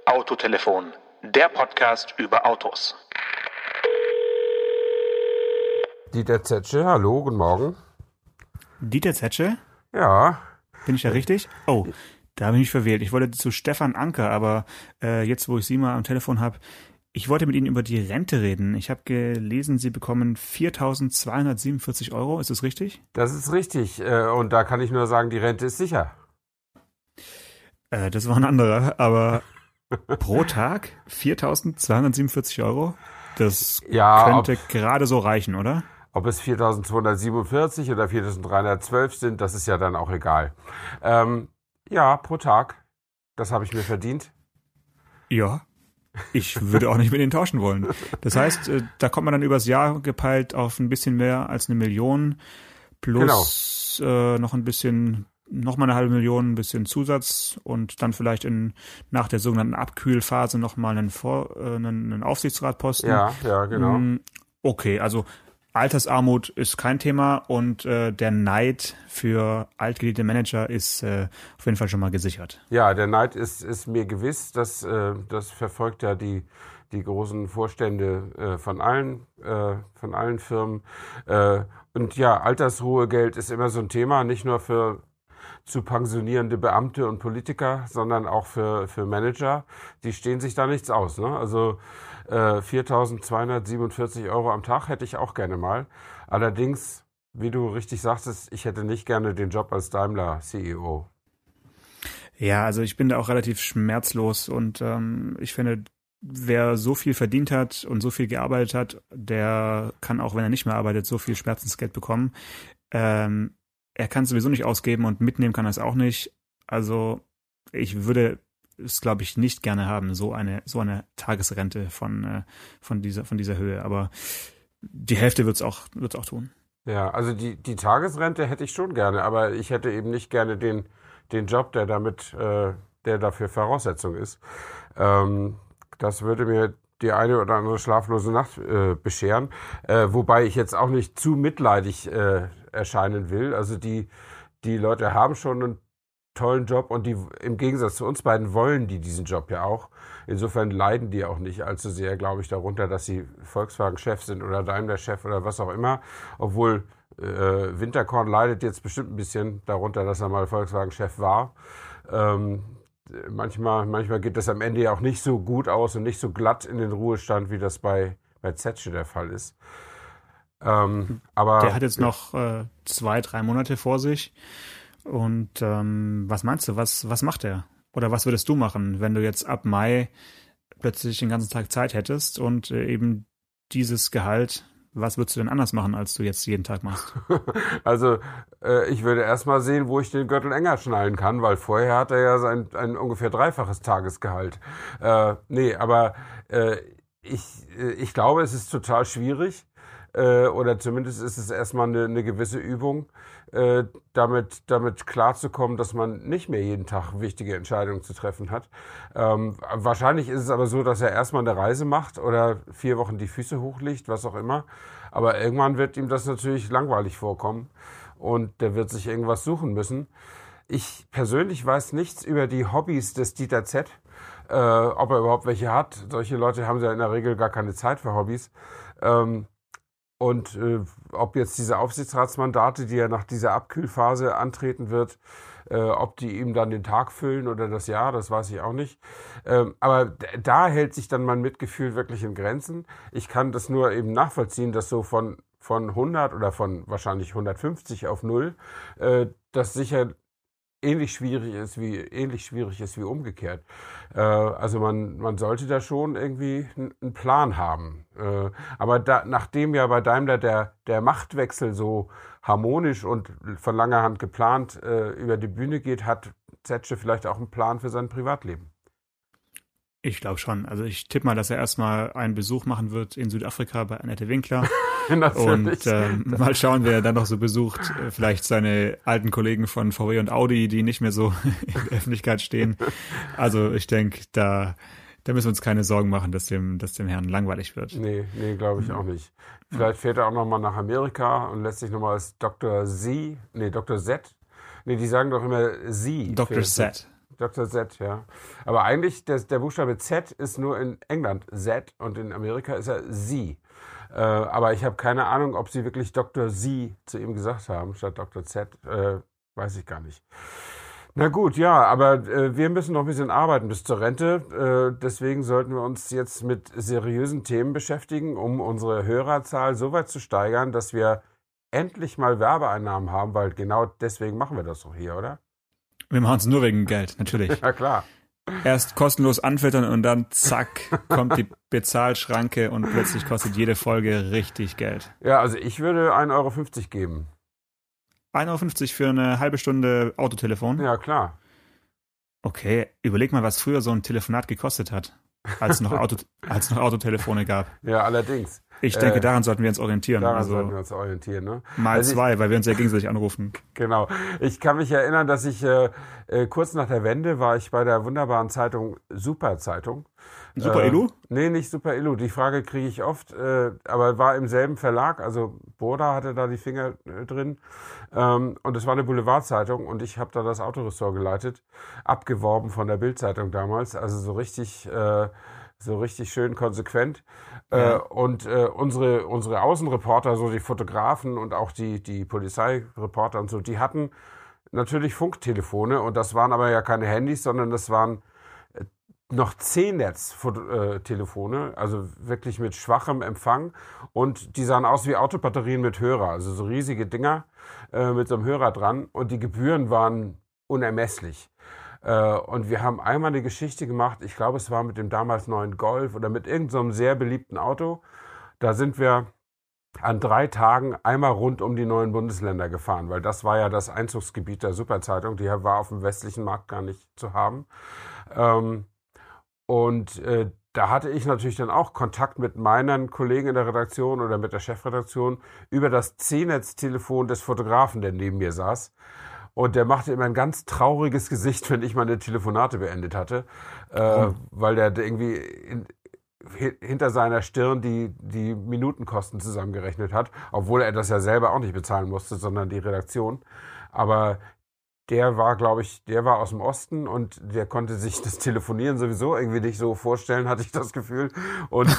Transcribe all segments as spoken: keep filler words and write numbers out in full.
Autotelefon, der Podcast über Autos. Dieter Zetsche, hallo, guten Morgen. Dieter Zetsche? Ja. Bin ich da richtig? Oh, da habe ich mich verwählt. Ich wollte zu Stefan Anker, aber äh, jetzt, wo ich Sie mal am Telefon habe, ich wollte mit Ihnen über die Rente reden. Ich habe gelesen, Sie bekommen viertausendzweihundertsiebenundvierzig Euro. Ist das richtig? Das ist richtig. Und da kann ich nur sagen, die Rente ist sicher. Äh, das war ein anderer, aber pro Tag viertausendzweihundertsiebenundvierzig Euro? Das ja, könnte ob, gerade so reichen, oder? Ob es viertausendzweihundertsiebenundvierzig oder viertausenddreihundertzwölf sind, das ist ja dann auch egal. Ähm, ja, pro Tag. Das habe ich mir verdient. Ja. Ich würde auch nicht mit Ihnen tauschen wollen. Das heißt, da kommt man dann übers Jahr gepeilt auf ein bisschen mehr als eine Million plus genau. äh, noch ein bisschen, noch mal eine halbe Million, ein bisschen Zusatz und dann vielleicht in, nach der sogenannten Abkühlphase noch mal einen, Vor, äh, einen, einen Aufsichtsratposten. Ja, ja, genau. Okay, also Altersarmut ist kein Thema und äh, der Neid für altgediente Manager ist äh, auf jeden Fall schon mal gesichert. Ja, der Neid ist, ist mir gewiss. Das, äh, das verfolgt ja die, die großen Vorstände äh, von allen, äh, von allen Firmen. Äh, und ja, Altersruhegeld ist immer so ein Thema, nicht nur für zu pensionierende Beamte und Politiker, sondern auch für, für Manager. Die stehen sich da nichts aus, ne? Also äh, viertausendzweihundertsiebenundvierzig Euro am Tag hätte ich auch gerne mal. Allerdings, wie du richtig sagtest, ich hätte nicht gerne den Job als Daimler-C E O. Ja, also ich bin da auch relativ schmerzlos und ähm, ich finde, wer so viel verdient hat und so viel gearbeitet hat, der kann auch, wenn er nicht mehr arbeitet, so viel Schmerzensgeld bekommen. Ähm, er kann es sowieso nicht ausgeben und mitnehmen kann er es auch nicht. Also ich würde es, glaube ich, nicht gerne haben, so eine so eine Tagesrente von äh, von dieser von dieser Höhe. Aber die Hälfte wird's auch wird's auch tun. Ja, also die die Tagesrente hätte ich schon gerne, aber ich hätte eben nicht gerne den den Job, der damit äh, der dafür Voraussetzung ist. Ähm, das würde mir die eine oder andere schlaflose Nacht äh, bescheren, äh, wobei ich jetzt auch nicht zu mitleidig äh, erscheinen will. Also die die Leute haben schon einen tollen Job und die im Gegensatz zu uns beiden wollen die diesen Job ja auch. Insofern leiden die auch nicht allzu sehr, glaube ich, darunter, dass sie Volkswagen-Chef sind oder Daimler-Chef oder was auch immer. Obwohl äh, Winterkorn leidet jetzt bestimmt ein bisschen darunter, dass er mal Volkswagen-Chef war. Ähm, manchmal, manchmal geht das am Ende ja auch nicht so gut aus und nicht so glatt in den Ruhestand, wie das bei, bei Zetsche der Fall ist. Ähm, aber der hat jetzt noch äh, zwei, drei Monate vor sich. Und ähm, was meinst du, was, was macht er? Oder was würdest du machen, wenn du jetzt ab Mai plötzlich den ganzen Tag Zeit hättest und äh, eben dieses Gehalt, was würdest du denn anders machen, als du jetzt jeden Tag machst? Also äh, ich würde erstmal sehen, wo ich den Gürtel enger schnallen kann, weil vorher hat er ja sein ein ungefähr dreifaches Tagesgehalt. Äh, nee, aber äh, ich, äh, ich glaube, es ist total schwierig. Oder zumindest ist es erstmal eine, eine gewisse Übung, äh, damit, damit klarzukommen, dass man nicht mehr jeden Tag wichtige Entscheidungen zu treffen hat. Ähm, wahrscheinlich ist es aber so, dass er erstmal eine Reise macht oder vier Wochen die Füße hochlegt, was auch immer. Aber irgendwann wird ihm das natürlich langweilig vorkommen und der wird sich irgendwas suchen müssen. Ich persönlich weiß nichts über die Hobbys des Dieter Z., äh, ob er überhaupt welche hat. Solche Leute haben ja in der Regel gar keine Zeit für Hobbys. Ähm, Und äh, ob jetzt diese Aufsichtsratsmandate, die er nach dieser Abkühlphase antreten wird, äh, ob die ihm dann den Tag füllen oder das Jahr, das weiß ich auch nicht. Ähm, aber d- da hält sich dann mein Mitgefühl wirklich in Grenzen. Ich kann das nur eben nachvollziehen, dass so von, von hundert oder von wahrscheinlich hundertfünfzig auf null, äh, das sicher ähnlich schwierig ist wie ähnlich schwierig ist wie umgekehrt. Äh, also man man sollte da schon irgendwie einen Plan haben. Äh, aber da, nachdem ja bei Daimler der der Machtwechsel so harmonisch und von langer Hand geplant äh, über die Bühne geht, hat Zetsche vielleicht auch einen Plan für sein Privatleben. Ich glaube schon. Also ich tippe mal, dass er erstmal einen Besuch machen wird in Südafrika bei Annette Winkler. Natürlich. Und ähm, mal schauen, wer er dann noch so besucht. Vielleicht seine alten Kollegen von V W und Audi, die nicht mehr so in der Öffentlichkeit stehen. Also ich denke, da, da müssen wir uns keine Sorgen machen, dass dem, dass dem Herrn langweilig wird. Nee, nee, glaube ich auch nicht. Vielleicht fährt er auch nochmal nach Amerika und lässt sich nochmal als Doktor Z, nee, Doktor Z, nee, die sagen doch immer Sie. Doktor Z. Doktor Z, ja. Aber eigentlich, der, der Buchstabe Z ist nur in England Z und in Amerika ist er Sie. Äh, aber ich habe keine Ahnung, ob sie wirklich Doktor Sie zu ihm gesagt haben, statt Doktor Z. Äh, weiß ich gar nicht. Na gut, ja, aber äh, wir müssen noch ein bisschen arbeiten bis zur Rente. Äh, deswegen sollten wir uns jetzt mit seriösen Themen beschäftigen, um unsere Hörerzahl so weit zu steigern, dass wir endlich mal Werbeeinnahmen haben, weil genau deswegen machen wir das doch hier, oder? Wir machen es nur wegen Geld, natürlich. Ja, klar. Erst kostenlos anfüttern und dann zack, kommt die Bezahlschranke und plötzlich kostet jede Folge richtig Geld. Ja, also ich würde ein Euro fünfzig geben. ein Euro fünfzig für eine halbe Stunde Autotelefon? Ja, klar. Okay, überleg mal, was früher so ein Telefonat gekostet hat, als noch, Auto, als noch Autotelefone gab. Ja, allerdings. Ich denke, Äh, daran sollten wir uns orientieren. Daran also sollten wir uns orientieren, ne? Mal Also zwei, ich, weil wir uns ja gegenseitig anrufen. Genau. Ich kann mich erinnern, dass ich äh, äh, kurz nach der Wende war ich bei der wunderbaren Zeitung Super Zeitung. Super Illu? Äh, nee, nicht Super Illu. Die Frage kriege ich oft, äh, aber war im selben Verlag. Also Burda hatte da die Finger äh, drin. Ähm, und es war eine Boulevardzeitung und ich habe da das Autoressort geleitet, abgeworben von der Bild-Zeitung damals. Also so richtig, äh, so richtig schön konsequent. Ja. Äh, und äh, unsere, unsere Außenreporter, so die Fotografen und auch die, die Polizeireporter und so, die hatten natürlich Funktelefone und das waren aber ja keine Handys, sondern das waren äh, noch C-Netz-Telefone, also wirklich mit schwachem Empfang und die sahen aus wie Autobatterien mit Hörer, also so riesige Dinger äh, mit so einem Hörer dran und die Gebühren waren unermesslich. Und wir haben einmal eine Geschichte gemacht, ich glaube, es war mit dem damals neuen Golf oder mit irgendeinem so einem sehr beliebten Auto. Da sind wir an drei Tagen einmal rund um die neuen Bundesländer gefahren, weil das war ja das Einzugsgebiet der Superzeitung, die war auf dem westlichen Markt gar nicht zu haben. Und da hatte ich natürlich dann auch Kontakt mit meinen Kollegen in der Redaktion oder mit der Chefredaktion über das C-Netz-Telefon des Fotografen, der neben mir saß. Und der machte immer ein ganz trauriges Gesicht, wenn ich meine Telefonate beendet hatte, äh, mhm. weil der irgendwie in, hinter seiner Stirn die, die Minutenkosten zusammengerechnet hat, obwohl er das ja selber auch nicht bezahlen musste, sondern die Redaktion. Aber der war, glaube ich, der war aus dem Osten und der konnte sich das Telefonieren sowieso irgendwie nicht so vorstellen, hatte ich das Gefühl. Und,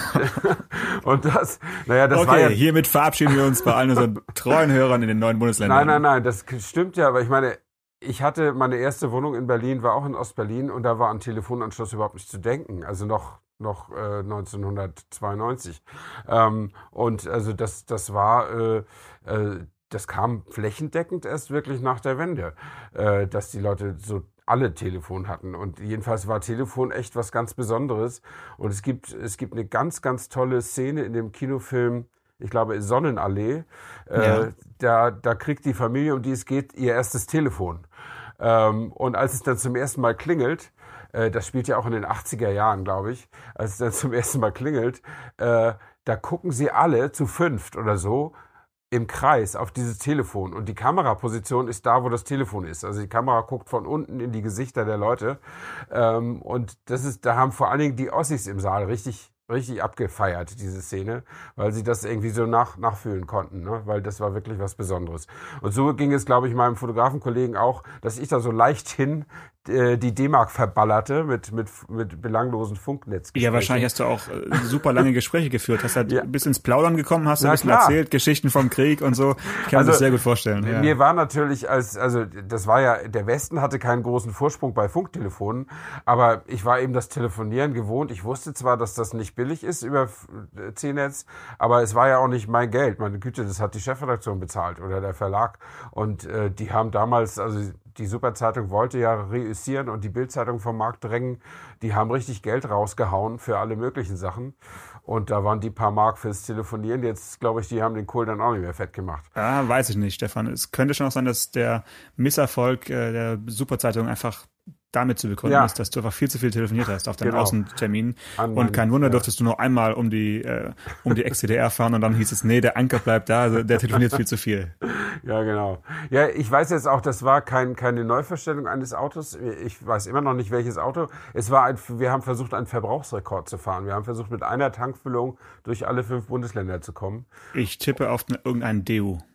und das, naja, das okay, war ja... hiermit verabschieden wir uns bei allen unseren treuen Hörern in den neuen Bundesländern. Nein, nein, nein, das stimmt ja, aber ich meine, ich hatte, meine erste Wohnung in Berlin war auch in Ostberlin und da war an Telefonanschluss überhaupt nicht zu denken. Also noch, noch äh, neunzehnhundertzweiundneunzig. Ähm, und also das, das war... Äh, äh, Das kam flächendeckend erst wirklich nach der Wende, äh, dass die Leute so alle Telefon hatten. Und jedenfalls war Telefon echt was ganz Besonderes. Und es gibt, es gibt eine ganz, ganz tolle Szene in dem Kinofilm, ich glaube Sonnenallee. Äh, ja. da, da kriegt die Familie, um die es geht, ihr erstes Telefon. Ähm, und als es dann zum ersten Mal klingelt, äh, das spielt ja auch in den achtziger Jahren, glaube ich, als es dann zum ersten Mal klingelt, äh, da gucken sie alle zu fünft oder so, im Kreis auf dieses Telefon und die Kameraposition ist da, wo das Telefon ist. Also die Kamera guckt von unten in die Gesichter der Leute ähm, und das ist, da haben vor allen Dingen die Ossis im Saal richtig richtig abgefeiert, diese Szene, weil sie das irgendwie so nach, nachfühlen konnten, ne? Weil das war wirklich was Besonderes. Und so ging es, glaube ich, meinem Fotografenkollegen auch, dass ich da so leichthin äh, die D-Mark verballerte mit, mit, mit belanglosen Funknetzgesprächen. Ja, wahrscheinlich hast du auch äh, super lange Gespräche geführt, hast halt ja. bis ins Plaudern gekommen, hast Na, ein bisschen klar. erzählt, Geschichten vom Krieg und so. Ich kann also, mir das sehr gut vorstellen. Ja. Mir war natürlich als, also das war ja, der Westen hatte keinen großen Vorsprung bei Funktelefonen, aber ich war eben das Telefonieren gewohnt. Ich wusste zwar, dass das nicht billig ist über C-Netz, aber es war ja auch nicht mein Geld. Meine Güte, das hat die Chefredaktion bezahlt oder der Verlag. Und äh, die haben damals, also die Superzeitung wollte ja reüssieren und die Bildzeitung vom Markt drängen. Die haben richtig Geld rausgehauen für alle möglichen Sachen. Und da waren die paar Mark fürs Telefonieren. Jetzt, glaube ich, die haben den Kohl dann auch nicht mehr fett gemacht. Ja, weiß ich nicht, Stefan. Es könnte schon auch sein, dass der Misserfolg äh, der Superzeitung einfach damit zu begründen ja. ist, dass du einfach viel zu viel telefoniert hast auf deinen genau. Außenterminen. An und kein Wunder, ja. durftest du nur einmal um die äh, um die Ex-D D R fahren und dann hieß es, nee, der Anker bleibt da, also der telefoniert viel zu viel. Ja, genau. Ja, ich weiß jetzt auch, das war kein, keine Neuverstellung eines Autos. Ich weiß immer noch nicht, welches Auto. Es war ein, wir haben versucht, einen Verbrauchsrekord zu fahren. Wir haben versucht, mit einer Tankfüllung durch alle fünf Bundesländer zu kommen. Ich tippe auf ne, irgendeinen D U.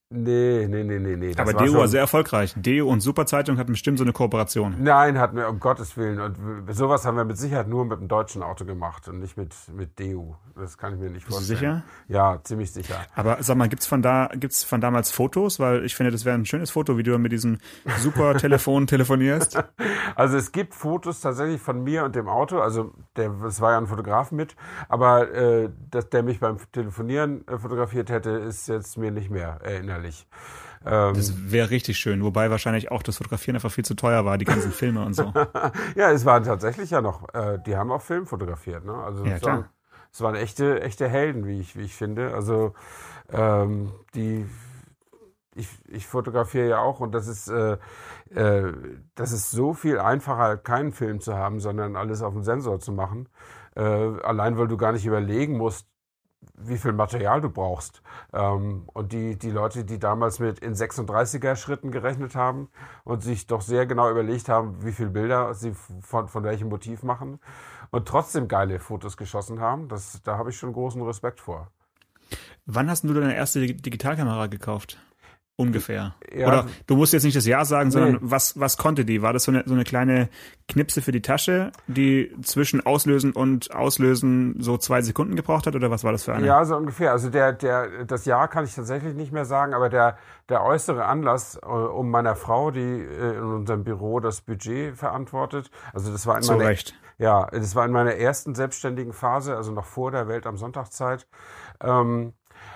Nee, nee, nee, nee, nee. Das Aber war Deo war schon- sehr erfolgreich. Deo und Superzeitung hatten bestimmt so eine Kooperation. Nein, hatten wir, um Gottes Willen. Und w- sowas haben wir mit Sicherheit nur mit dem deutschen Auto gemacht und nicht mit, mit D U. Das kann ich mir nicht Bist du vorstellen. sicher? Ja, ziemlich sicher. Aber sag mal, gibt's von da, gibt's von damals Fotos? Weil ich finde, das wäre ein schönes Foto, wie du mit diesem Super-Telefon telefonierst. Also es gibt Fotos tatsächlich von mir und dem Auto. Also der, es war ja ein Fotograf mit, aber äh, dass der mich beim Telefonieren äh, fotografiert hätte, ist jetzt mir nicht mehr erinnerlich. Ähm, Das wäre richtig schön. Wobei wahrscheinlich auch das Fotografieren einfach viel zu teuer war, die ganzen Filme und so. ja, es waren tatsächlich ja noch, äh, die haben auch Film fotografiert, ne? Also Ja, es, klar. waren, es waren echte, echte Helden, wie ich, wie ich finde. Also ähm, die ich, ich fotografiere ja auch und das ist, äh, äh, das ist so viel einfacher, keinen Film zu haben, sondern alles auf dem Sensor zu machen. Äh, allein weil du gar nicht überlegen musst, wie viel Material du brauchst. Ähm, und die, die Leute, die damals mit in sechsunddreißiger Schritten gerechnet haben und sich doch sehr genau überlegt haben, wie viele Bilder sie von, von welchem Motiv machen und trotzdem geile Fotos geschossen haben, das, da habe ich schon großen Respekt vor. Wann hast du deine erste Dig- Digitalkamera gekauft? Ungefähr. Ja. Oder du musst jetzt nicht das Jahr sagen, sondern Nee. was, was konnte die? War das so eine, so eine kleine Knipse für die Tasche, die zwischen Auslösen und Auslösen so zwei Sekunden gebraucht hat? Oder was war das für eine? Ja, so ungefähr. Also der, der, das Jahr kann ich tatsächlich nicht mehr sagen, aber der, der äußere Anlass, äh, um meiner Frau, die äh, in unserem Büro das Budget verantwortet, also das war in Zu meiner, Recht. ja, das war in meiner ersten selbstständigen Phase, also noch vor der Welt am Sonntagszeit. Ähm,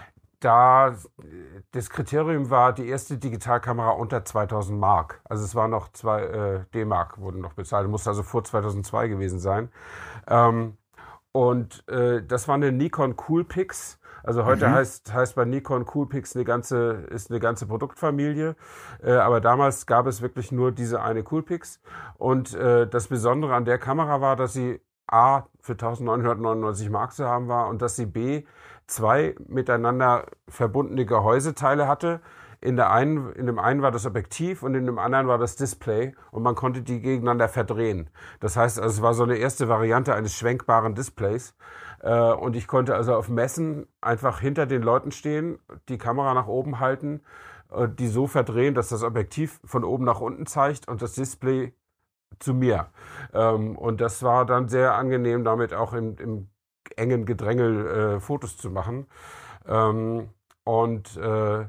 da das Kriterium war die erste Digitalkamera unter zweitausend Mark. Also es war noch zwei äh, D-Mark wurden noch bezahlt. Musste also vor zweitausendzwei gewesen sein. Ähm, und äh, das war eine Nikon Coolpix. Also heute Mhm. heißt heißt bei Nikon Coolpix eine ganze ist eine ganze Produktfamilie. Äh, aber damals gab es wirklich nur diese eine Coolpix. Und äh, das Besondere an der Kamera war, dass sie A für eintausendneunhundertneunundneunzig Mark zu haben war und dass sie B zwei miteinander verbundene Gehäuseteile hatte. In, der einen, in dem einen war das Objektiv und in dem anderen war das Display und man konnte die gegeneinander verdrehen. Das heißt, also es war so eine erste Variante eines schwenkbaren Displays. Äh, und ich konnte also auf Messen einfach hinter den Leuten stehen, die Kamera nach oben halten, äh, die so verdrehen, dass das Objektiv von oben nach unten zeigt und das Display zu mir. Ähm, und das war dann sehr angenehm, damit auch im, im engen Gedrängel äh, Fotos zu machen. Ähm, und äh,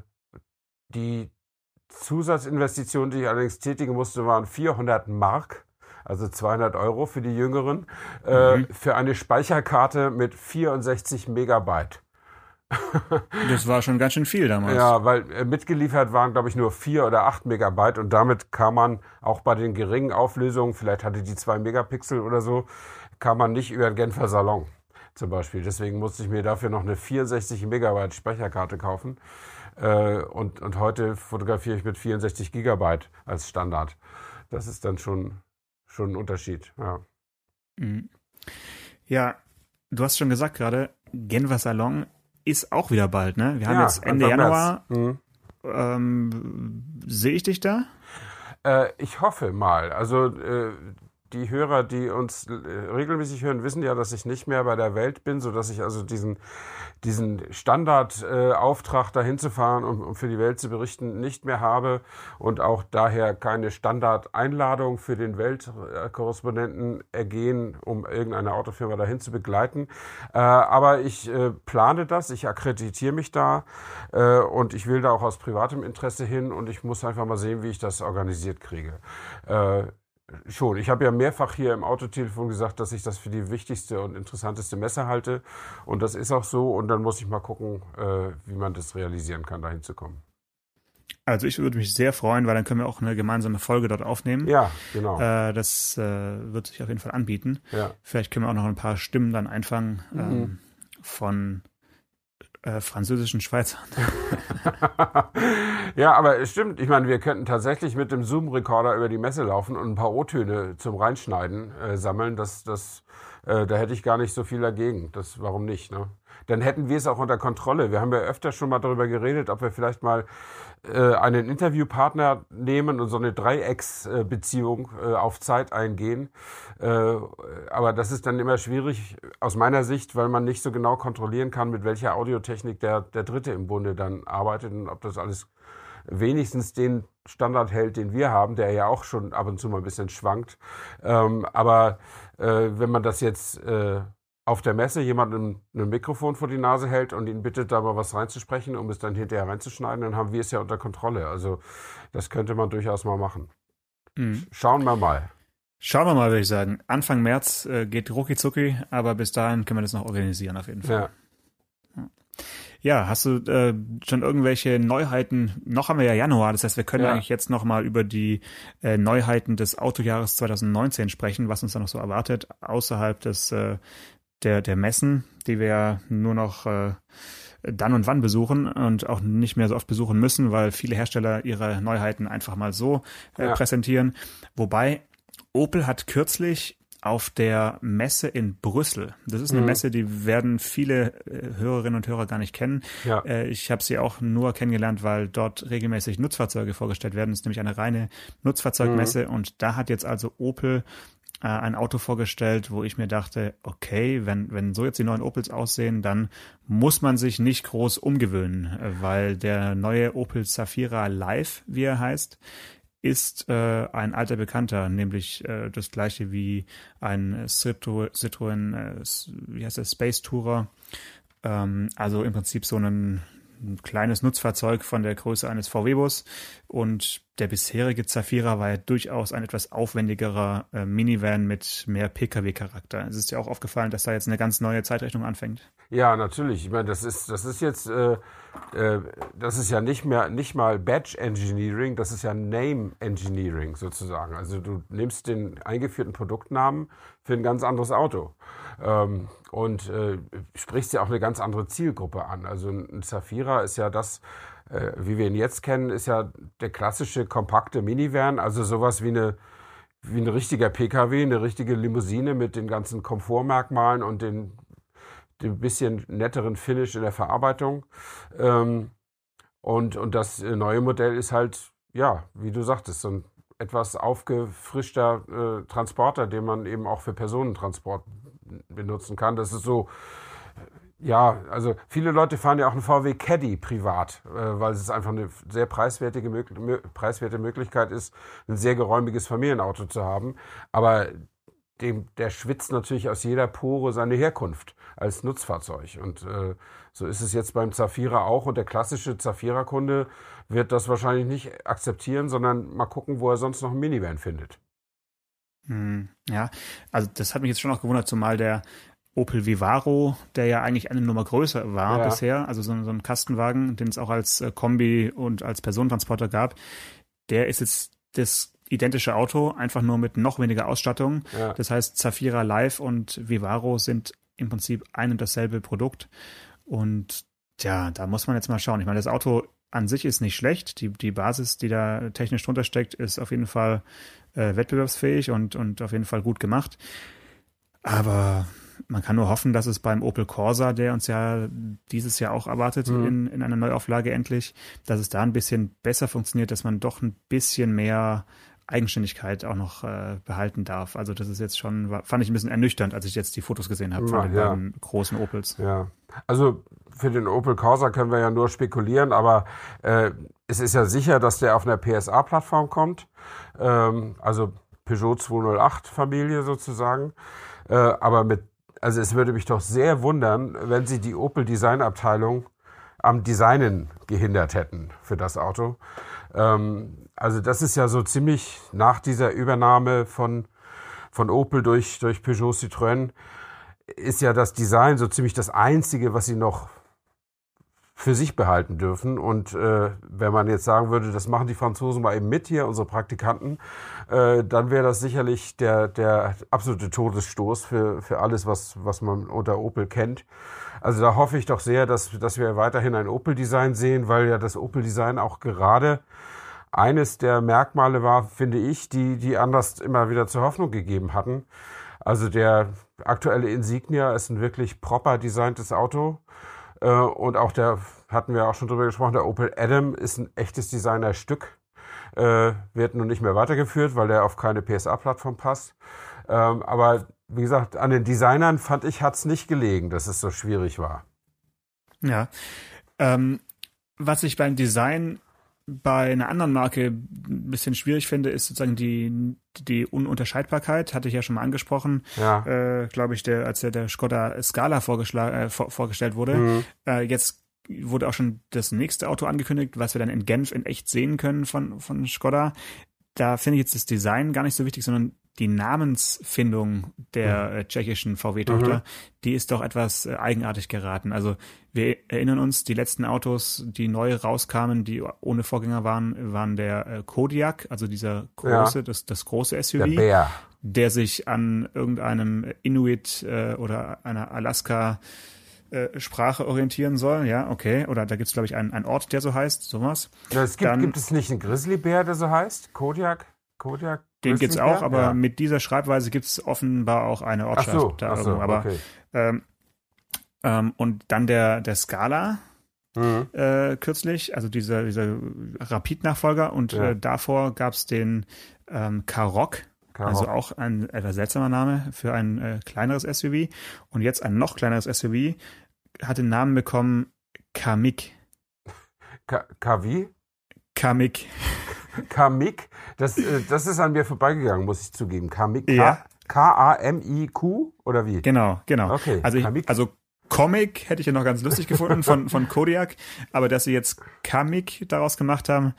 die Zusatzinvestition, die ich allerdings tätigen musste, waren vierhundert Mark, also zweihundert Euro für die Jüngeren, äh, Mhm. für eine Speicherkarte mit vierundsechzig Megabyte. Das war schon ganz schön viel damals. Ja, weil äh, mitgeliefert waren, glaube ich, nur vier oder acht Megabyte und damit kam man auch bei den geringen Auflösungen, vielleicht hatte die zwei Megapixel oder so, kam man nicht über den Genfer Salon zum Beispiel. Deswegen musste ich mir dafür noch eine vierundsechzig Megabyte Speicherkarte kaufen. Äh, und, und heute fotografiere ich mit vierundsechzig Gigabyte als Standard. Das ist dann schon, schon ein Unterschied. Ja. Mhm. Ja, du hast schon gesagt gerade, Genfer Salon ist auch wieder bald, ne? Wir haben Ja, jetzt Ende Anfang Januar. März. Mhm. Ähm, sehe ich dich da? Äh, ich hoffe mal. Also äh, die Hörer, die uns äh, regelmäßig hören, wissen ja, dass ich nicht mehr bei der Welt bin, sodass ich also diesen, diesen Standardauftrag, äh, dahin zu fahren, um, um für die Welt zu berichten, nicht mehr habe und auch daher keine Standardeinladung für den Weltkorrespondenten ergehen, um irgendeine Autofirma dahin zu begleiten. Äh, aber ich äh, plane das, ich akkreditiere mich da äh, und ich will da auch aus privatem Interesse hin und ich muss einfach mal sehen, wie ich das organisiert kriege. Äh, Schon. Ich habe ja mehrfach hier im Autotelefon gesagt, dass ich das für die wichtigste und interessanteste Messe halte. Und das ist auch so. Und dann muss ich mal gucken, äh, wie man das realisieren kann, dahin zu kommen. Also ich würde mich sehr freuen, weil dann können wir auch eine gemeinsame Folge dort aufnehmen. Ja, genau. Äh, das äh, wird sich auf jeden Fall anbieten. Ja. Vielleicht können wir auch noch ein paar Stimmen dann einfangen ähm, Mhm. von äh, französischen Schweizern. Ja, aber es stimmt. Ich meine, wir könnten tatsächlich mit dem Zoom-Recorder über die Messe laufen und ein paar O-Töne zum Reinschneiden äh, sammeln. Das, das Äh, da hätte ich gar nicht so viel dagegen. Das, warum nicht, ne? Dann hätten wir es auch unter Kontrolle. Wir haben ja öfter schon mal darüber geredet, ob wir vielleicht mal äh, einen Interviewpartner nehmen und so eine Dreiecksbeziehung äh, auf Zeit eingehen. Äh, aber das ist dann immer schwierig aus meiner Sicht, weil man nicht so genau kontrollieren kann, mit welcher Audiotechnik der, der Dritte im Bunde dann arbeitet und ob das alles wenigstens den Standard hält, den wir haben, der ja auch schon ab und zu mal ein bisschen schwankt. Ähm, aber äh, wenn man das jetzt äh, auf der Messe jemandem ein Mikrofon vor die Nase hält und ihn bittet, da mal was reinzusprechen, um es dann hinterher reinzuschneiden, dann haben wir es ja unter Kontrolle. Also das könnte man durchaus mal machen. Mhm. Schauen wir mal. Schauen wir mal, würde ich sagen. Anfang März äh, geht rucki zucki, aber bis dahin können wir das noch organisieren auf jeden Fall. Ja, ja hast du äh, schon irgendwelche Neuheiten? Noch haben wir ja Januar, das heißt, wir können ja. eigentlich jetzt noch mal über die äh, Neuheiten des Autojahres zwanzig neunzehn sprechen, was uns da noch so erwartet, außerhalb des äh, Der, der Messen, die wir ja nur noch äh, dann und wann besuchen und auch nicht mehr so oft besuchen müssen, weil viele Hersteller ihre Neuheiten einfach mal so äh, ja. präsentieren. Wobei Opel hat kürzlich auf der Messe in Brüssel, das ist eine mhm. Messe, die werden viele äh, Hörerinnen und Hörer gar nicht kennen. Ja. Äh, ich habe sie auch nur kennengelernt, weil dort regelmäßig Nutzfahrzeuge vorgestellt werden. Das ist nämlich eine reine Nutzfahrzeugmesse mhm. und da hat jetzt also Opel ein Auto vorgestellt, wo ich mir dachte, okay, wenn wenn so jetzt die neuen Opels aussehen, dann muss man sich nicht groß umgewöhnen, weil der neue Opel Zafira Live, wie er heißt, ist äh, ein alter Bekannter, nämlich äh, das gleiche wie ein Citroën, Citroën äh, wie heißt das, Space Tourer, ähm, also im Prinzip so ein ein kleines Nutzfahrzeug von der Größe eines V W-Bus und der bisherige Zafira war ja durchaus ein etwas aufwendigerer äh, Minivan mit mehr P K W-Charakter. Es ist ja auch aufgefallen, dass da jetzt eine ganz neue Zeitrechnung anfängt. Ja, natürlich. Ich meine, das ist das ist jetzt äh, äh, das ist ja nicht mehr nicht mal Badge Engineering, das ist ja Name Engineering sozusagen. Also du nimmst den eingeführten Produktnamen für ein ganz anderes Auto. Ähm, und äh, sprichst ja auch eine ganz andere Zielgruppe an. Also ein Zafira ist ja das, äh, wie wir ihn jetzt kennen, ist ja der klassische kompakte Minivan, also sowas wie eine wie ein richtiger P K W, eine richtige Limousine mit den ganzen Komfortmerkmalen und den, dem bisschen netteren Finish in der Verarbeitung. Ähm, und, und das neue Modell ist halt, ja, wie du sagtest, so ein etwas aufgefrischter äh, Transporter, den man eben auch für Personentransport benutzen kann. Das ist so, ja, also viele Leute fahren ja auch einen V W Caddy privat, äh, weil es einfach eine sehr preiswertige, mö- preiswerte Möglichkeit ist, ein sehr geräumiges Familienauto zu haben. Aber dem, der schwitzt natürlich aus jeder Pore seine Herkunft als Nutzfahrzeug. Und äh, so ist es jetzt beim Zafira auch. Und der klassische Zafira-Kunde wird das wahrscheinlich nicht akzeptieren, sondern mal gucken, wo er sonst noch einen Minivan findet. Hm, ja, also das hat mich jetzt schon auch gewundert, zumal der Opel Vivaro, der ja eigentlich eine Nummer größer war ja. bisher, also so, so ein Kastenwagen, den es auch als äh, Kombi und als Personentransporter gab, der ist jetzt das identische Auto, einfach nur mit noch weniger Ausstattung. Ja. Das heißt, Zafira Live und Vivaro sind im Prinzip ein und dasselbe Produkt. Und ja, da muss man jetzt mal schauen. Ich meine, das Auto an sich ist nicht schlecht. Die, die Basis, die da technisch drunter steckt, ist auf jeden Fall äh, wettbewerbsfähig und, und auf jeden Fall gut gemacht. Aber man kann nur hoffen, dass es beim Opel Corsa, der uns ja dieses Jahr auch erwartet, mhm. in, in einer Neuauflage endlich, dass es da ein bisschen besser funktioniert, dass man doch ein bisschen mehr Eigenständigkeit auch noch äh, behalten darf. Also das ist jetzt schon, war, fand ich ein bisschen ernüchternd, als ich jetzt die Fotos gesehen habe von ja, den ja. beiden großen Opels. Ja, also für den Opel Corsa können wir ja nur spekulieren, aber äh, es ist ja sicher, dass der auf einer P S A-Plattform kommt, ähm, also Peugeot zweihundertacht-Familie sozusagen, äh, aber mit, also es würde mich doch sehr wundern, wenn sie die Opel-Design-Abteilung am Designen gehindert hätten für das Auto. Ähm, also das ist ja so ziemlich nach dieser Übernahme von, von Opel durch, durch Peugeot Citroën, ist ja das Design so ziemlich das Einzige, was sie noch für sich behalten dürfen. Und äh, wenn man jetzt sagen würde, das machen die Franzosen mal eben mit hier, unsere Praktikanten, äh, dann wäre das sicherlich der, der absolute Todesstoß für, für alles, was, was man unter Opel kennt. Also da hoffe ich doch sehr, dass, dass wir weiterhin ein Opel-Design sehen, weil ja das Opel-Design auch gerade eines der Merkmale war, finde ich, die, die Anlass immer wieder zur Hoffnung gegeben hatten. Also der aktuelle Insignia ist ein wirklich proper designtes Auto. Äh, und auch der, hatten wir auch schon drüber gesprochen, der Opel Adam ist ein echtes Designerstück. Äh, wird nun nicht mehr weitergeführt, weil der auf keine P S A-Plattform passt. Ähm, aber wie gesagt, an den Designern fand ich, hat es nicht gelegen, dass es so schwierig war. Ja. Ähm, was ich beim Design bei einer anderen Marke ein bisschen schwierig finde, ist sozusagen die, die Ununterscheidbarkeit, hatte ich ja schon mal angesprochen, Ja. äh, glaube ich, der, als der, der Skoda Scala vorgeschlagen, äh, vor, vorgestellt wurde. Mhm. Äh, jetzt wurde auch schon das nächste Auto angekündigt, was wir dann in Genf in echt sehen können von, von Skoda. Da finde ich jetzt das Design gar nicht so wichtig, sondern die Namensfindung der äh, tschechischen V W-Tochter, Mhm. die ist doch etwas äh, eigenartig geraten. Also wir erinnern uns, die letzten Autos, die neu rauskamen, die ohne Vorgänger waren, waren der äh, Kodiaq, also dieser große, Ja. das, das große S U Der V, Bär. der sich an irgendeinem Inuit äh, oder einer Alaska äh, Sprache orientieren soll. Ja, okay. Oder da gibt es, glaube ich, einen, einen Ort, der so heißt, sowas. Ja, es gibt, Dann- gibt es nicht einen Grizzlybär, der so heißt? Kodiak? Kodiak? Den gibt's Grizzlybär? auch, aber Ja. mit dieser Schreibweise gibt's offenbar auch eine Ach Ortschaft so, da ach so, irgendwo. Aber okay. ähm, ähm, und dann der der Scala Mhm. äh, kürzlich, also dieser dieser Rapid-Nachfolger und Ja. äh, davor gab's den ähm, Karoq, Karoq. also auch ein etwas seltsamer Name für ein äh, kleineres S U V. Und jetzt ein noch kleineres S U V hat den Namen bekommen Kamiq. Ka- Kavi? Kamiq. Kamik? Das, äh, das ist an mir vorbeigegangen, muss ich zugeben. Kamik? Ja. K A M I Q? Oder wie? Genau, genau. Okay, Also, ich, Kamiq. also Comic hätte ich ja noch ganz lustig gefunden von, von Kodiaq, aber dass sie jetzt Kamiq daraus gemacht haben,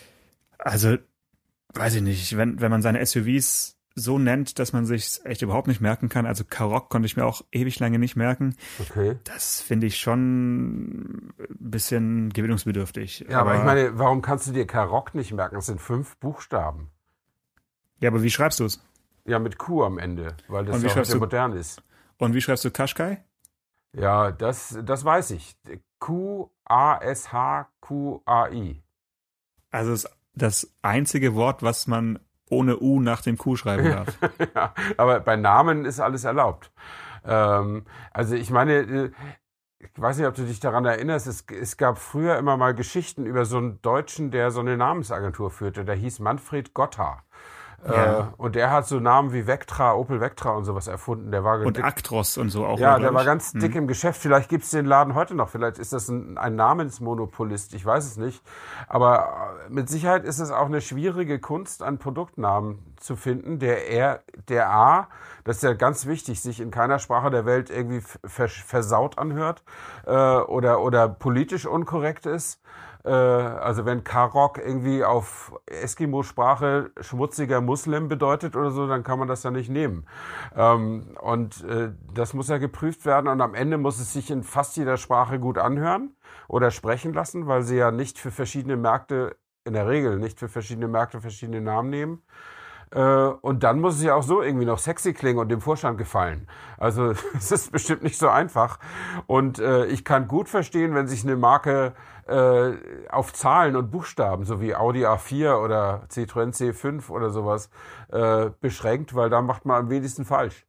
also weiß ich nicht, wenn, wenn man seine S U Vs so nennt, dass man sich echt überhaupt nicht merken kann, also Karoq konnte ich mir auch ewig lange nicht merken, Okay. das finde ich schon ein bisschen gewöhnungsbedürftig. Ja, aber, ich meine, warum kannst du dir Karoq nicht merken? Das sind fünf Buchstaben. Ja, aber wie schreibst du es? Ja, mit Q am Ende, weil das Und wie ja schreibst heute du- modern ist. Und wie schreibst du Qashqai? Ja, das, das weiß ich. Q A S H Q A I. Also das, das einzige Wort, was man ohne U nach dem Q schreiben darf. Ja, aber bei Namen ist alles erlaubt. Ähm, also ich meine, äh, ich weiß nicht, ob du dich daran erinnerst, es, es gab früher immer mal Geschichten über so einen Deutschen, der so eine Namensagentur führte, der hieß Manfred Gotha. Ja. Äh, und der hat so Namen wie Vectra, Opel Vectra und sowas erfunden. Der war Und dick- Actros und so auch. Ja, glaub der war ich. ganz dick im Geschäft. Vielleicht gibt's den Laden heute noch. Vielleicht ist das ein, ein Namensmonopolist. Ich weiß es nicht. Aber äh, mit Sicherheit ist es auch eine schwierige Kunst, einen Produktnamen zu finden, der er, der A, das ist ja ganz wichtig, sich in keiner Sprache der Welt irgendwie vers versaut anhört äh, oder, oder politisch unkorrekt ist. Äh, also wenn Karoq irgendwie auf Eskimo-Sprache schmutziger Muslim bedeutet oder so, dann kann man das ja nicht nehmen. Ähm, und äh, das muss ja geprüft werden und am Ende muss es sich in fast jeder Sprache gut anhören oder sprechen lassen, weil sie ja nicht für verschiedene Märkte, in der Regel nicht für verschiedene Märkte verschiedene Namen nehmen. Äh, und dann muss es ja auch so irgendwie noch sexy klingen und dem Vorstand gefallen. Also es ist bestimmt nicht so einfach. Und äh, ich kann gut verstehen, wenn sich eine Marke äh, auf Zahlen und Buchstaben, so wie Audi A vier oder Citroën C fünf oder sowas, äh, beschränkt, weil da macht man am wenigsten falsch.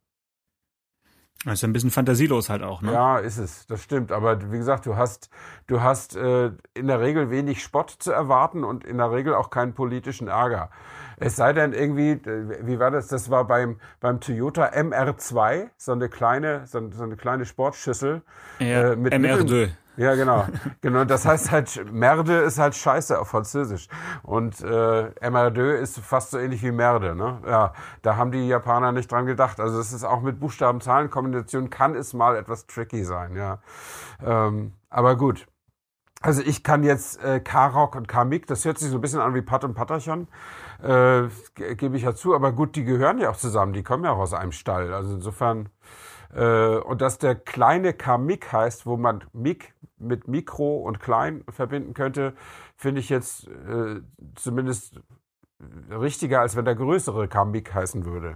Das ist ein bisschen fantasielos halt auch, ne? Ja, ist es, das stimmt. Aber wie gesagt, du hast, du hast äh, in der Regel wenig Spott zu erwarten und in der Regel auch keinen politischen Ärger. Es sei denn irgendwie, äh, wie war das? Das war beim, beim Toyota M R zwei, so eine kleine, so, so eine kleine Sportschüssel. Ja, äh, mit M R zwei. Mitteln- Ja, genau. Genau, das heißt halt, Merde ist halt Scheiße auf Französisch. Und äh, M R zwei ist fast so ähnlich wie Merde, ne? Ja, da haben die Japaner nicht dran gedacht. Also es ist auch mit Buchstaben-Zahlen-Kombination kann es mal etwas tricky sein, ja. Ähm, aber gut. Also ich kann jetzt äh, Karoq und Kamiq, das hört sich so ein bisschen an wie Pat und Patterchen, äh, ge- gebe ich ja zu. Aber gut, die gehören ja auch zusammen, die kommen ja auch aus einem Stall. Also insofern... Äh, und dass der kleine Kamiq heißt, wo man Mik mit Mikro und Klein verbinden könnte, finde ich jetzt äh, zumindest richtiger, als wenn der größere Kamiq heißen würde.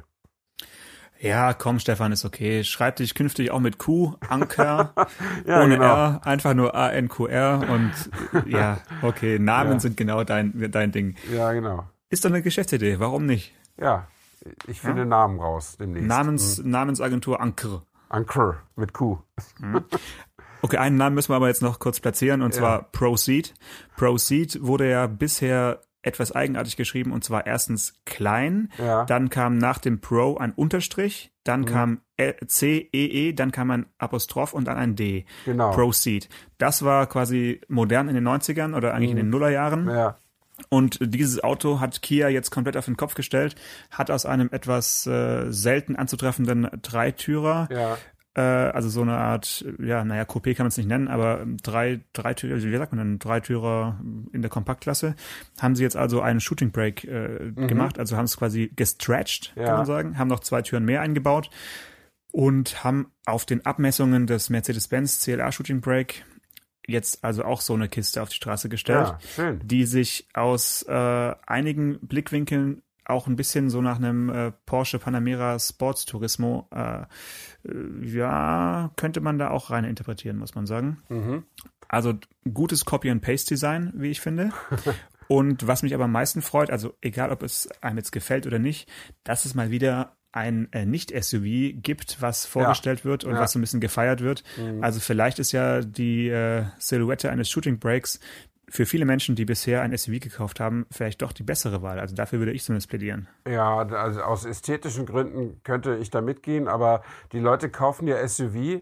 Ja, komm, Stefan, ist okay. Schreib dich künftig auch mit Q, Anker, Ja, ohne genau. R, einfach nur A N Q R und ja, okay, Namen Ja. sind genau dein, dein Ding. Ja, genau. Ist doch eine Geschäftsidee, warum nicht? Ja, Ich finde Ja? Namen raus demnächst. Namens, Mhm. Namensagentur Anker. Anker mit Q. Okay, einen Namen müssen wir aber jetzt noch kurz platzieren, und Ja. zwar Proceed. Proceed wurde ja bisher etwas eigenartig geschrieben, und zwar erstens klein, Ja. dann kam nach dem Pro ein Unterstrich, dann Mhm. kam C E E, dann kam ein Apostroph und dann ein D. Genau. Proceed. Das war quasi modern in den neunzigern oder eigentlich in den Nullerjahren. Ja. Und dieses Auto hat Kia jetzt komplett auf den Kopf gestellt, hat aus einem etwas äh, selten anzutreffenden Dreitürer, Ja. äh, also so eine Art, ja, naja, Coupé kann man es nicht nennen, aber drei, Dreitürer, wie sagt man denn, Dreitürer in der Kompaktklasse, haben sie jetzt also einen Shooting Brake äh, gemacht, also haben es quasi gestretched, Ja. kann man sagen, haben noch zwei Türen mehr eingebaut und haben auf den Abmessungen des Mercedes-Benz C L A Shooting Brake jetzt also auch so eine Kiste auf die Straße gestellt, Ja, schön. die sich aus äh, einigen Blickwinkeln auch ein bisschen so nach einem äh, Porsche Panamera Sports Turismo, äh, äh, ja, könnte man da auch rein interpretieren, muss man sagen. Mhm. Also gutes Copy-and-Paste-Design, wie ich finde. Und was mich aber am meisten freut, also egal, ob es einem jetzt gefällt oder nicht, dass es mal wieder ein äh, Nicht-S U V gibt, was vorgestellt wird und Ja. was so ein bisschen gefeiert wird. Also vielleicht ist ja die äh, Silhouette eines Shooting Brakes für viele Menschen, die bisher ein S U V gekauft haben, vielleicht doch die bessere Wahl. Also dafür würde ich zumindest plädieren. Ja, also aus ästhetischen Gründen könnte ich da mitgehen, aber die Leute kaufen ja S U V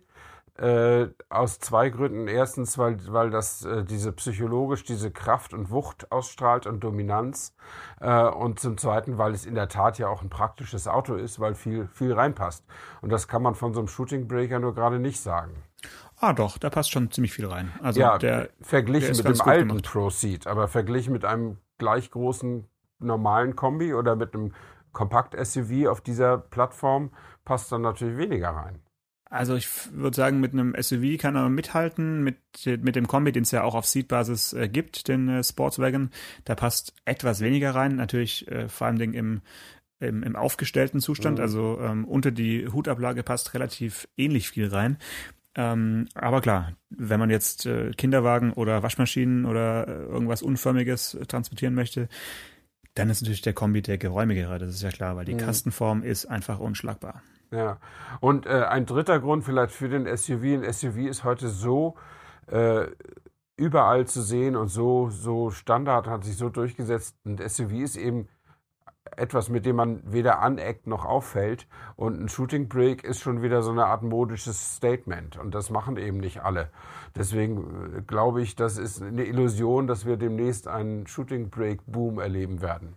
äh, aus zwei Gründen. Erstens, weil, weil das äh, diese psychologisch diese Kraft und Wucht ausstrahlt und Dominanz. Äh, und zum Zweiten, weil es in der Tat ja auch ein praktisches Auto ist, weil viel, viel reinpasst. Und das kann man von so einem Shooting Breaker nur gerade nicht sagen. Ah doch, da passt schon ziemlich viel rein. Also Ja, der, verglichen der ist mit ganz dem gut alten gemacht. Proceed, aber verglichen mit einem gleich großen normalen Kombi oder mit einem Kompakt-S U V auf dieser Plattform passt dann natürlich weniger rein. Also ich würde sagen, mit einem S U V kann er mithalten, mit, mit dem Kombi, den es ja auch auf Seat-Basis äh, gibt, den äh, Sportswagen. Da passt etwas weniger rein, natürlich äh, vor allem im, im, im aufgestellten Zustand. Mhm. Also ähm, unter die Hutablage passt relativ ähnlich viel rein. Ähm, aber klar, wenn man jetzt äh, Kinderwagen oder Waschmaschinen oder äh, irgendwas Unförmiges äh, transportieren möchte, dann ist natürlich der Kombi der geräumigere, das ist ja klar, weil die Mhm. Kastenform ist einfach unschlagbar. Ja, und äh, ein dritter Grund vielleicht für den S U V. Ein S U V ist heute so äh, überall zu sehen und so, so Standard, hat sich so durchgesetzt. Ein S U V ist eben etwas, mit dem man weder aneckt noch auffällt. Und ein Shooting Brake ist schon wieder so eine Art modisches Statement. Und das machen eben nicht alle. Deswegen äh, glaube ich, das ist eine Illusion, dass wir demnächst einen Shooting Brake Boom erleben werden.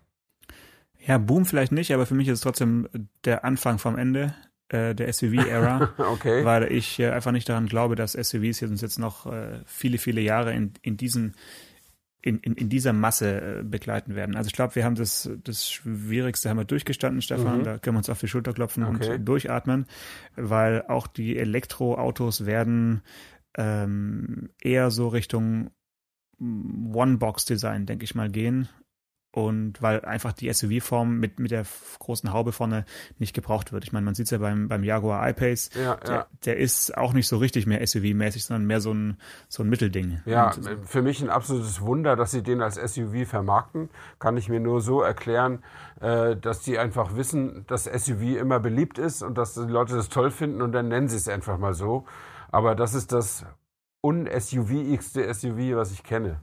Ja, Boom vielleicht nicht, aber für mich ist es trotzdem der Anfang vom Ende äh, der S U V-Ära, Okay. weil ich äh, einfach nicht daran glaube, dass S U Vs jetzt uns jetzt noch äh, viele, viele Jahre in, in diesen in, in, in dieser Masse äh, begleiten werden. Also ich glaube, wir haben das, das Schwierigste haben wir durchgestanden, Stefan, Mhm. da können wir uns auf die Schulter klopfen Okay. und durchatmen, weil auch die Elektroautos werden ähm, eher so Richtung One-Box-Design, denke ich mal, gehen. Und weil einfach die S U V-Form mit, mit der f- großen Haube vorne nicht gebraucht wird. Ich meine, man sieht es ja beim, beim Jaguar I-Pace, Ja, der, ja. der ist auch nicht so richtig mehr S U V-mäßig, sondern mehr so ein, so ein Mittelding. Ja, Und, für mich ein absolutes Wunder, dass sie den als S U V vermarkten. Kann ich mir nur so erklären, äh, dass die einfach wissen, dass S U V immer beliebt ist und dass die Leute das toll finden und dann nennen sie es einfach mal so. Aber das ist das un-S U V-igste S U V, was ich kenne.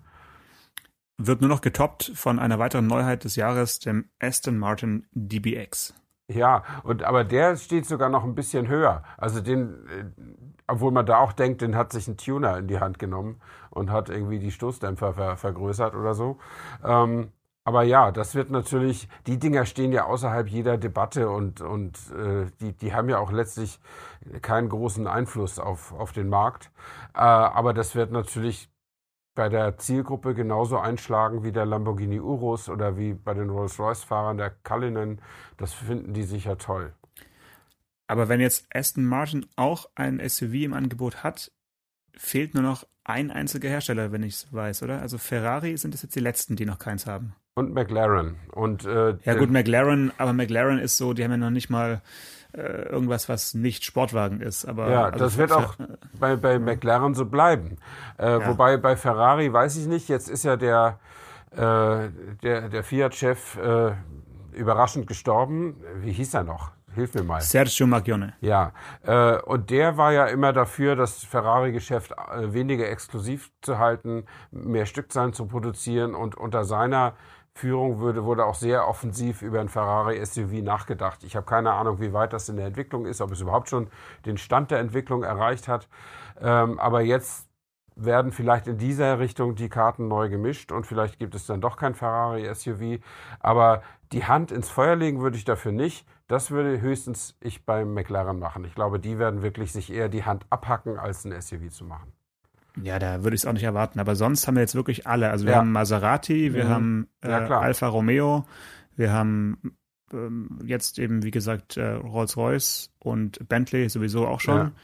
wird nur noch getoppt von einer weiteren Neuheit des Jahres, dem Aston Martin D B X. Ja, und aber der steht sogar noch ein bisschen höher. Also den, äh, obwohl man da auch denkt, den hat sich ein Tuner in die Hand genommen und hat irgendwie die Stoßdämpfer ver vergrößert oder so. Ähm, aber ja, das wird natürlich, die Dinger stehen ja außerhalb jeder Debatte und, und äh, die, die haben ja auch letztlich keinen großen Einfluss auf, auf den Markt. Äh, aber das wird natürlich bei der Zielgruppe genauso einschlagen wie der Lamborghini Urus oder wie bei den Rolls-Royce-Fahrern der Cullinan. Das finden die sicher toll. Aber wenn jetzt Aston Martin auch ein S U V im Angebot hat, fehlt nur noch ein einziger Hersteller, wenn ich es weiß, oder? Also Ferrari sind es jetzt die letzten, die noch keins haben. Und McLaren. Und, äh, Ja gut, McLaren, aber McLaren ist so, die haben ja noch nicht mal äh, irgendwas, was nicht Sportwagen ist. Aber ja, also das wird Fer- auch bei, bei McLaren so bleiben. Äh, Ja. Wobei bei Ferrari weiß ich nicht, jetzt ist ja der, äh, der, der Fiat-Chef, äh, überraschend gestorben. Wie hieß er noch? Hilf mir mal. Sergio Marchionne. Ja, äh, und der war ja immer dafür, das Ferrari-Geschäft äh, weniger exklusiv zu halten, mehr Stückzahlen zu produzieren, und unter seiner Führung wurde, wurde auch sehr offensiv über ein Ferrari-S U V nachgedacht. Ich habe keine Ahnung, wie weit das in der Entwicklung ist, ob es überhaupt schon den Stand der Entwicklung erreicht hat. Ähm, aber jetzt werden vielleicht in dieser Richtung die Karten neu gemischt und vielleicht gibt es dann doch kein Ferrari-S U V. Aber die Hand ins Feuer legen würde ich dafür nicht. Das würde höchstens ich beim McLaren machen. Ich glaube, die werden wirklich sich eher die Hand abhacken, als ein S U V zu machen. Ja, da würde ich es auch nicht erwarten. Aber sonst haben wir jetzt wirklich alle. Also wir Ja. haben Maserati, wir Mhm. haben äh, Ja, klar. Alfa Romeo, wir haben ähm, jetzt eben, wie gesagt, äh, Rolls-Royce und Bentley sowieso auch schon. Ja.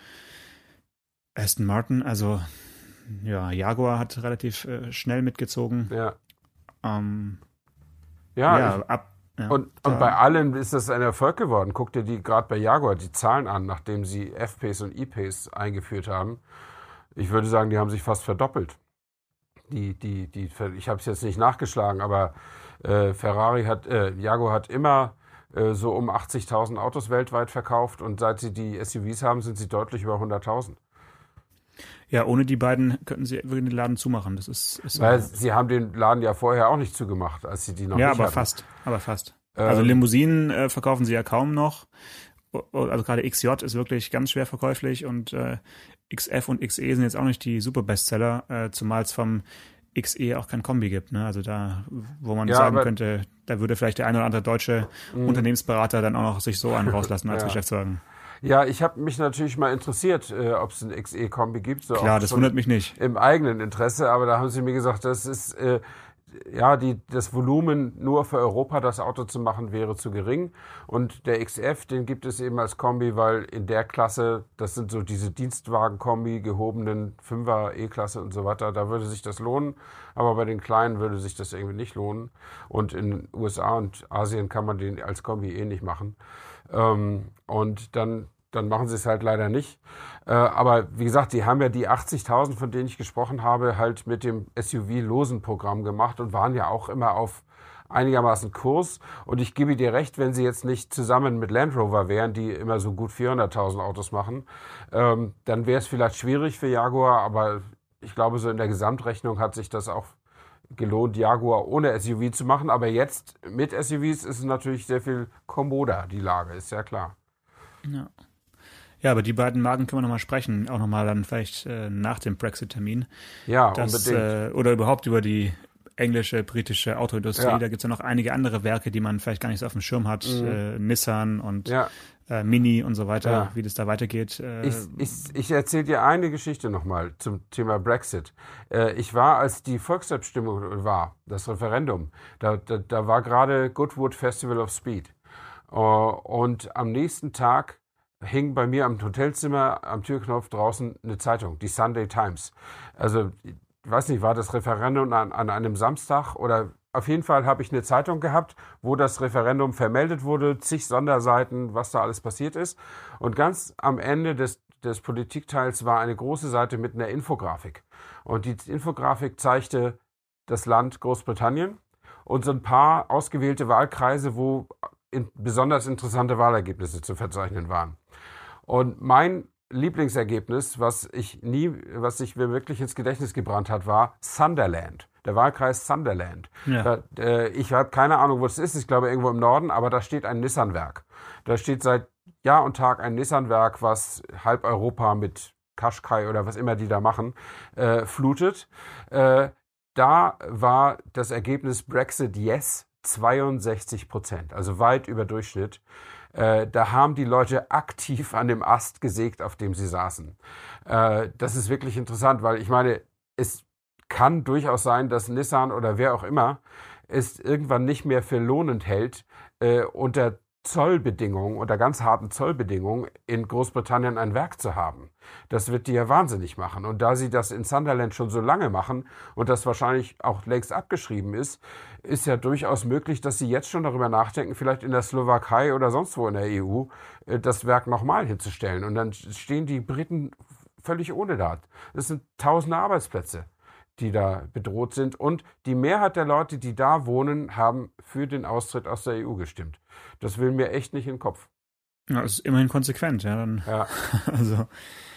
Aston Martin, also ja, Jaguar hat relativ äh, schnell mitgezogen. Ja, Ähm, ja, ja, ich, ab. Ja, und, da- und bei allen ist das ein Erfolg geworden. Guck dir die gerade bei Jaguar die Zahlen an, nachdem sie F-Pace und E-Pace eingeführt haben. Ich würde sagen, die haben sich fast verdoppelt. Die, die, die, ich habe es jetzt nicht nachgeschlagen, aber äh, Ferrari hat, äh, Jaguar hat immer äh, so um achtzigtausend Autos weltweit verkauft, und seit sie die S U Vs haben, sind sie deutlich über hunderttausend. Ja, ohne die beiden könnten sie wirklich den Laden zumachen. Das ist, ist Weil sie haben den Laden ja vorher auch nicht zugemacht, als sie die noch ja, nicht aber hatten. fast, aber fast. Ähm, Also Limousinen äh, verkaufen sie ja kaum noch. O- Also gerade X J ist wirklich ganz schwer verkäuflich und äh, X F und X E sind jetzt auch nicht die super Bestseller, äh, zumal es vom X E auch kein Kombi gibt. Ne? Also da, wo man Ja, sagen aber- könnte, da würde vielleicht der ein oder andere deutsche Unternehmensberater dann auch noch sich so einen rauslassen als Ja. Geschäftswagen. Ja, ich habe mich natürlich mal interessiert, äh, ob es ein X E-Kombi gibt. So Klar, auch das schon wundert mich nicht. im eigenen Interesse, aber da haben sie mir gesagt, das ist äh, ja die das Volumen nur für Europa das Auto zu machen wäre zu gering, und der X F, den gibt es eben als Kombi, weil in der Klasse, das sind so diese Dienstwagen-Kombi, gehobenen Fünfer E-Klasse und so weiter, da würde sich das lohnen, aber bei den kleinen würde sich das irgendwie nicht lohnen, und in den U S A und Asien kann man den als Kombi eh nicht machen. Ähm, und dann, dann machen sie es halt leider nicht. Äh, aber wie gesagt, die haben ja die achtzigtausend, von denen ich gesprochen habe, halt mit dem S U V-Losen-Programm gemacht und waren ja auch immer auf einigermaßen Kurs. Und ich gebe dir recht, wenn sie jetzt nicht zusammen mit Land Rover wären, die immer so gut vierhunderttausend Autos machen, ähm, dann wäre es vielleicht schwierig für Jaguar. Aber ich glaube, so in der Gesamtrechnung hat sich das auch gelohnt, Jaguar ohne S U V zu machen. Aber jetzt mit S U Vs ist es natürlich sehr viel kommoder, die Lage, ist ja klar. Ja. Ja, aber die beiden Marken können wir nochmal sprechen, auch nochmal dann vielleicht äh, nach dem Brexit-Termin. Ja, Das, unbedingt. äh, oder überhaupt über die englische, britische Autoindustrie. Ja. Da gibt es ja noch einige andere Werke, die man vielleicht gar nicht so auf dem Schirm hat. Mhm. Äh, Nissan und Ja. äh, Mini und so weiter, Ja. wie das da weitergeht. Äh, Ich, ich, ich erzähle dir eine Geschichte nochmal zum Thema Brexit. Äh, ich war, als die Volksabstimmung war, das Referendum, da, da, da war gerade Goodwood Festival of Speed. Äh, und am nächsten Tag hing bei mir am Hotelzimmer am Türknopf draußen eine Zeitung, die Sunday Times. Also, ich weiß nicht, war das Referendum an, an einem Samstag oder auf jeden Fall habe ich eine Zeitung gehabt, wo das Referendum vermeldet wurde, zig Sonderseiten, was da alles passiert ist. Und ganz am Ende des, des Politikteils war eine große Seite mit einer Infografik. Und die Infografik zeigte das Land Großbritannien und so ein paar ausgewählte Wahlkreise, wo in, besonders interessante Wahlergebnisse zu verzeichnen waren. Und mein Lieblingsergebnis, was ich nie, was sich mir wirklich ins Gedächtnis gebrannt hat, war Sunderland. Der Wahlkreis Sunderland. Ja. Da, äh, ich habe keine Ahnung, wo es ist. Ich glaube irgendwo im Norden, aber da steht ein Nissan-Werk. Da steht seit Jahr und Tag ein Nissan-Werk, was halb Europa mit Qashqai oder was immer die da machen, äh, flutet. Äh, da war das Ergebnis Brexit Yes zweiundsechzig Prozent, also weit über Durchschnitt. Äh, da haben die Leute aktiv an dem Ast gesägt, auf dem sie saßen. Äh, das ist wirklich interessant, weil ich meine, es kann durchaus sein, dass Nissan oder wer auch immer es irgendwann nicht mehr für lohnend hält, äh, unter Zollbedingungen, unter ganz harten Zollbedingungen in Großbritannien ein Werk zu haben. Das wird die ja wahnsinnig machen. Und da sie das in Sunderland schon so lange machen und das wahrscheinlich auch längst abgeschrieben ist, ist ja durchaus möglich, dass sie jetzt schon darüber nachdenken, vielleicht in der Slowakei oder sonst wo in der E U äh, das Werk nochmal hinzustellen. Und dann stehen die Briten völlig ohne da. Das sind tausende Arbeitsplätze. die da bedroht sind. Und die Mehrheit der Leute, die da wohnen, haben für den Austritt aus der E U gestimmt. Das will mir echt nicht in den Kopf. Ja, das ist immerhin konsequent, ja. Dann, ja. Also,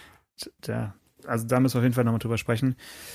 da, also da müssen wir auf jeden Fall nochmal drüber sprechen.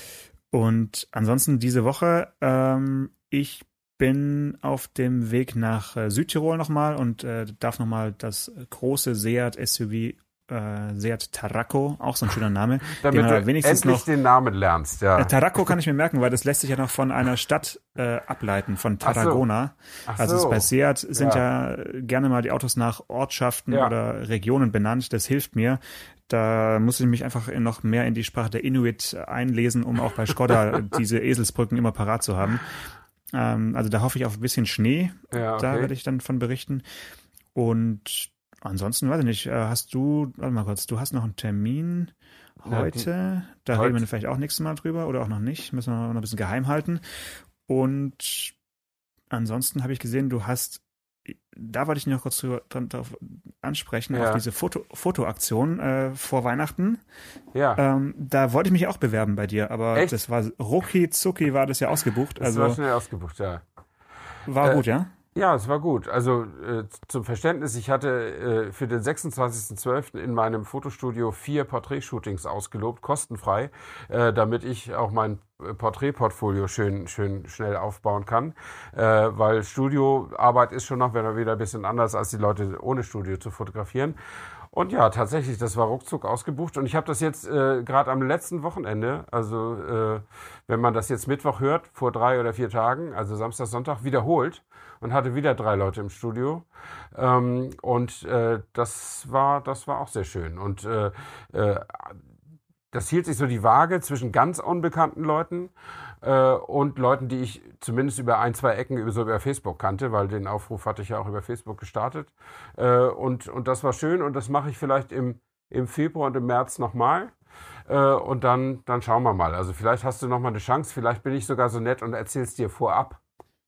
Und ansonsten diese Woche, ähm, ich bin auf dem Weg nach äh, Südtirol nochmal und äh, darf nochmal das große Seat S U V äh, Seat Tarraco, auch so ein schöner Name. Damit den du wenigstens endlich noch, den Namen lernst, ja. Äh, Tarraco kann ich mir merken, weil das lässt sich ja noch von einer Stadt äh, ableiten, von Tarragona. Ach so. Ach Also so. bei Seat sind ja. ja gerne mal die Autos nach Ortschaften ja. oder Regionen benannt. Das hilft mir. Da muss ich mich einfach noch mehr in die Sprache der Inuit einlesen, um auch bei Skoda diese Eselsbrücken immer parat zu haben. Ähm, also da hoffe ich auf ein bisschen Schnee. Ja, okay. Da werde ich dann von berichten. Und ansonsten, weiß ich nicht, hast du, warte mal kurz, du hast noch einen Termin heute. Ja, die, da heute. Reden wir vielleicht auch nächstes Mal drüber oder auch noch nicht. Müssen wir noch ein bisschen geheim halten. Und ansonsten habe ich gesehen, du hast, da wollte ich noch kurz darauf ansprechen, ja. auf diese Foto, Fotoaktion äh, vor Weihnachten. Ja. Ähm, da wollte ich mich auch bewerben bei dir, aber Echt? das war rucki zucki war das ja ausgebucht. Das also, war schnell ausgebucht, ja. War äh, gut, ja? Ja, es war gut. Also äh, zum Verständnis, ich hatte äh, für den sechsundzwanzigsten zwölften in meinem Fotostudio vier Porträtshootings ausgelobt, kostenfrei, äh, damit ich auch mein Porträtportfolio schön, schön schnell aufbauen kann. Äh, weil Studioarbeit ist schon noch wieder ein bisschen anders, als die Leute ohne Studio zu fotografieren. Und ja, tatsächlich, das war ruckzuck ausgebucht. Und ich habe das jetzt äh, gerade am letzten Wochenende, also äh, wenn man das jetzt Mittwoch hört, vor drei oder vier Tagen, also Samstag, Sonntag, wiederholt und hatte wieder drei Leute im Studio. Ähm, und äh, das war, das war auch sehr schön. Und äh, äh, das hielt sich so die Waage zwischen ganz unbekannten Leuten äh, und Leuten, die ich zumindest über ein, zwei Ecken über, so über Facebook kannte, weil den Aufruf hatte ich ja auch über Facebook gestartet. Äh, und, und das war schön und das mache ich vielleicht im, im Februar und im März nochmal. Äh, und dann, dann schauen wir mal. Also vielleicht hast du nochmal eine Chance, vielleicht bin ich sogar so nett und erzähl's dir vorab.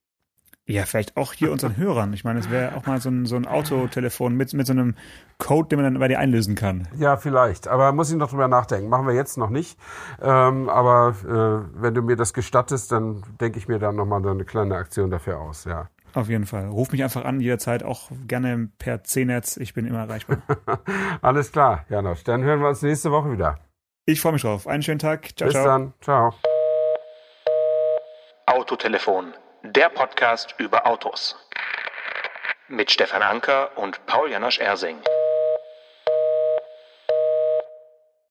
Ja, vielleicht auch hier unseren Hörern. Ich meine, es wäre auch mal so ein, so ein Autotelefon mit, mit so einem Code, den man dann bei dir einlösen kann. Ja, vielleicht. Aber muss ich noch drüber nachdenken. Machen wir jetzt noch nicht. Ähm, aber äh, wenn du mir das gestattest, dann denke ich mir dann nochmal so eine kleine Aktion dafür aus, ja. Auf jeden Fall. Ruf mich einfach an, jederzeit, auch gerne per C-Netz. Ich bin immer erreichbar. Alles klar, Janosch. Dann hören wir uns nächste Woche wieder. Ich freue mich drauf. Einen schönen Tag. Ciao, Bis ciao. Bis dann. Ciao. Autotelefon, der Podcast über Autos. Mit Stefan Anker und Paul Janosch Ersing.